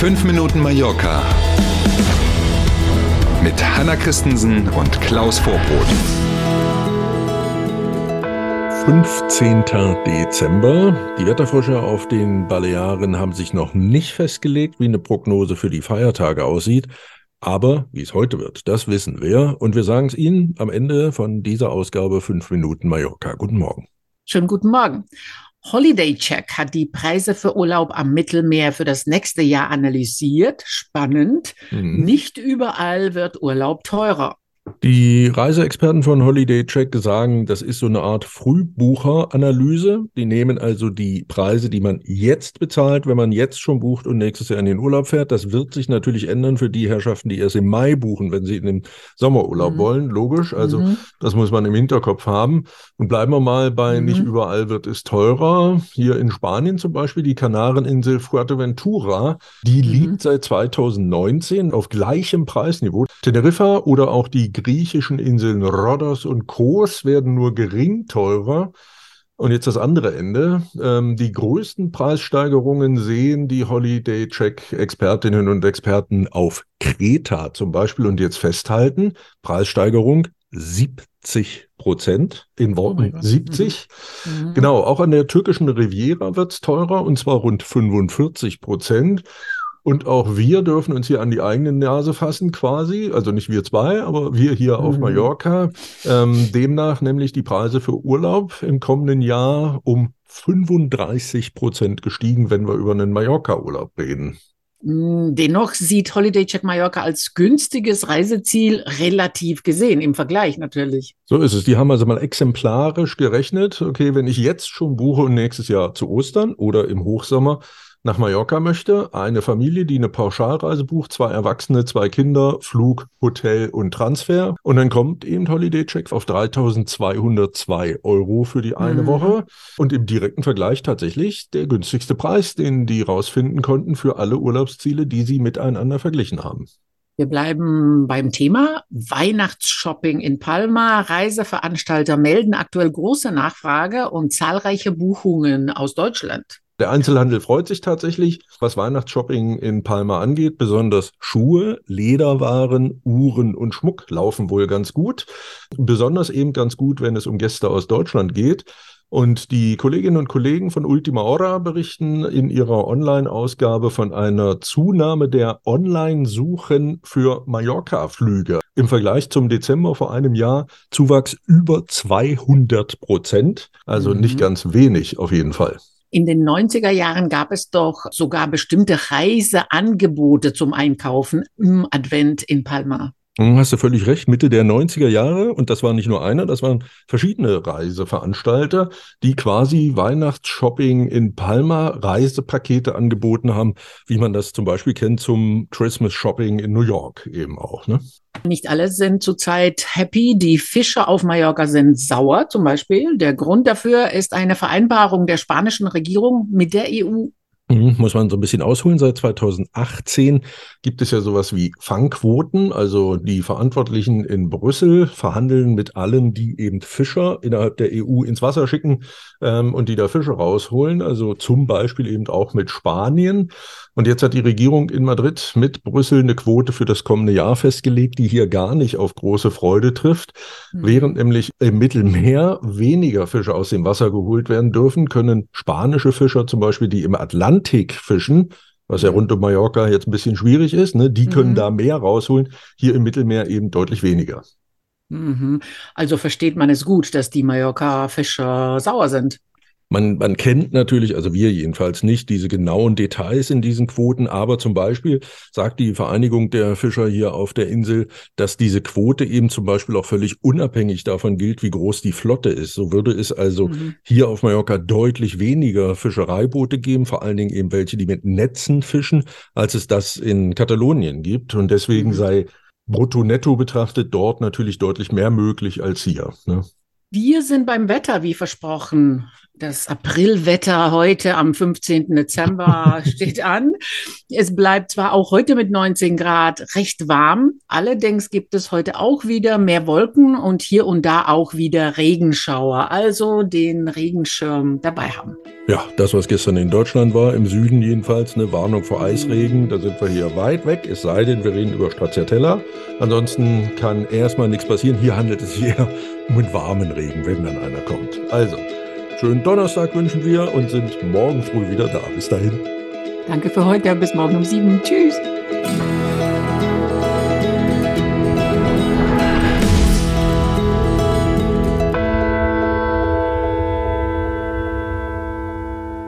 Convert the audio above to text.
5 Minuten Mallorca mit Hanna Christensen und Klaus Vorbrot. 15. Dezember. Die Wetterforscher auf den Balearen haben sich noch nicht festgelegt, wie eine Prognose für die Feiertage aussieht. Aber wie es heute wird, das wissen wir. Und wir sagen es Ihnen am Ende von dieser Ausgabe 5 Minuten Mallorca. Guten Morgen. Schönen guten Morgen. Holiday Check hat die Preise für Urlaub am Mittelmeer für das nächste Jahr analysiert. Spannend. Nicht überall wird Urlaub teurer. Die Reiseexperten von Holiday Check sagen, das ist so eine Art Frühbucheranalyse. Die nehmen also die Preise, die man jetzt bezahlt, wenn man jetzt schon bucht und nächstes Jahr in den Urlaub fährt. Das wird sich natürlich ändern für die Herrschaften, die erst im Mai buchen, wenn sie in den Sommerurlaub wollen. Logisch, also das muss man im Hinterkopf haben. Und bleiben wir mal bei nicht überall wird es teurer. Hier in Spanien zum Beispiel die Kanareninsel Fuerteventura, die liegt seit 2019 auf gleichem Preisniveau. Teneriffa oder auch die griechischen Inseln Rhodos und Kos werden nur gering teurer. Und jetzt das andere Ende. Die größten Preissteigerungen sehen die Holiday-Check-Expertinnen und Experten auf Kreta zum Beispiel. Und jetzt festhalten, Preissteigerung 70%, in Worten 70. Genau, auch an der türkischen Riviera wird es teurer, und zwar rund 45%. Und auch wir dürfen uns hier an die eigene Nase fassen quasi, also nicht wir zwei, aber wir hier auf Mallorca. Demnach nämlich die Preise für Urlaub im kommenden Jahr um 35% gestiegen, wenn wir über einen Mallorca-Urlaub reden. Dennoch sieht Holiday Check Mallorca als günstiges Reiseziel relativ gesehen, im Vergleich natürlich. So ist es. Die haben also mal exemplarisch gerechnet, okay, wenn ich jetzt schon buche und nächstes Jahr zu Ostern oder im Hochsommer nach Mallorca möchte, eine Familie, die eine Pauschalreise bucht, 2 Erwachsene, 2 Kinder, Flug, Hotel und Transfer. Und dann kommt eben Holiday Check auf 3.202 € für die eine Woche. Und im direkten Vergleich tatsächlich der günstigste Preis, den die rausfinden konnten für alle Urlaubsziele, die sie miteinander verglichen haben. Wir bleiben beim Thema Weihnachtsshopping in Palma. Reiseveranstalter melden aktuell große Nachfrage und zahlreiche Buchungen aus Deutschland. Der Einzelhandel freut sich tatsächlich, was Weihnachtsshopping in Palma angeht. Besonders Schuhe, Lederwaren, Uhren und Schmuck laufen wohl ganz gut. Besonders eben ganz gut, wenn es um Gäste aus Deutschland geht. Und die Kolleginnen und Kollegen von Ultima Hora berichten in ihrer Online-Ausgabe von einer Zunahme der Online-Suchen für Mallorca-Flüge. Im Vergleich zum Dezember vor einem Jahr Zuwachs über 200%. Also nicht ganz wenig auf jeden Fall. In den 90er Jahren gab es doch sogar bestimmte Reiseangebote zum Einkaufen im Advent in Palma. Hast du völlig recht, Mitte der 90er Jahre, und das war nicht nur einer, das waren verschiedene Reiseveranstalter, die quasi Weihnachtsshopping in Palma Reisepakete angeboten haben, wie man das zum Beispiel kennt zum Christmas Shopping in New York eben auch, ne? Nicht alle sind zurzeit happy. Die Fischer auf Mallorca sind sauer zum Beispiel. Der Grund dafür ist eine Vereinbarung der spanischen Regierung mit der EU. Muss man so ein bisschen ausholen. Seit 2018 gibt es ja sowas wie Fangquoten. Also die Verantwortlichen in Brüssel verhandeln mit allen, die eben Fischer innerhalb der EU ins Wasser schicken und die da Fische rausholen. Also zum Beispiel eben auch mit Spanien. Und jetzt hat die Regierung in Madrid mit Brüssel eine Quote für das kommende Jahr festgelegt, die hier gar nicht auf große Freude trifft. Während nämlich im Mittelmeer weniger Fische aus dem Wasser geholt werden dürfen, können spanische Fischer zum Beispiel, die im Atlantik fischen, was ja rund um Mallorca jetzt ein bisschen schwierig ist, ne, die können da mehr rausholen, hier im Mittelmeer eben deutlich weniger. Also versteht man es gut, dass die Mallorca-Fischer sauer sind. Man kennt natürlich, also wir jedenfalls nicht, diese genauen Details in diesen Quoten, aber zum Beispiel sagt die Vereinigung der Fischer hier auf der Insel, dass diese Quote eben zum Beispiel auch völlig unabhängig davon gilt, wie groß die Flotte ist. So würde es also hier auf Mallorca deutlich weniger Fischereiboote geben, vor allen Dingen eben welche, die mit Netzen fischen, als es das in Katalonien gibt. Und deswegen sei brutto-netto betrachtet dort natürlich deutlich mehr möglich als hier, ne? Wir sind beim Wetter, wie versprochen. Das Aprilwetter heute am 15. Dezember steht an. Es bleibt zwar auch heute mit 19 Grad recht warm, allerdings gibt es heute auch wieder mehr Wolken und hier und da auch wieder Regenschauer, also den Regenschirm dabei haben. Ja, das, was gestern in Deutschland war, im Süden jedenfalls, eine Warnung vor Eisregen, da sind wir hier weit weg, es sei denn, wir reden über Stracciatella. Ansonsten kann erstmal nichts passieren. Hier handelt es sich eher um einen warmen Regen, wenn dann einer kommt. Also, schönen Donnerstag wünschen wir und sind morgen früh wieder da. Bis dahin. Danke für heute, bis morgen um 7. Tschüss.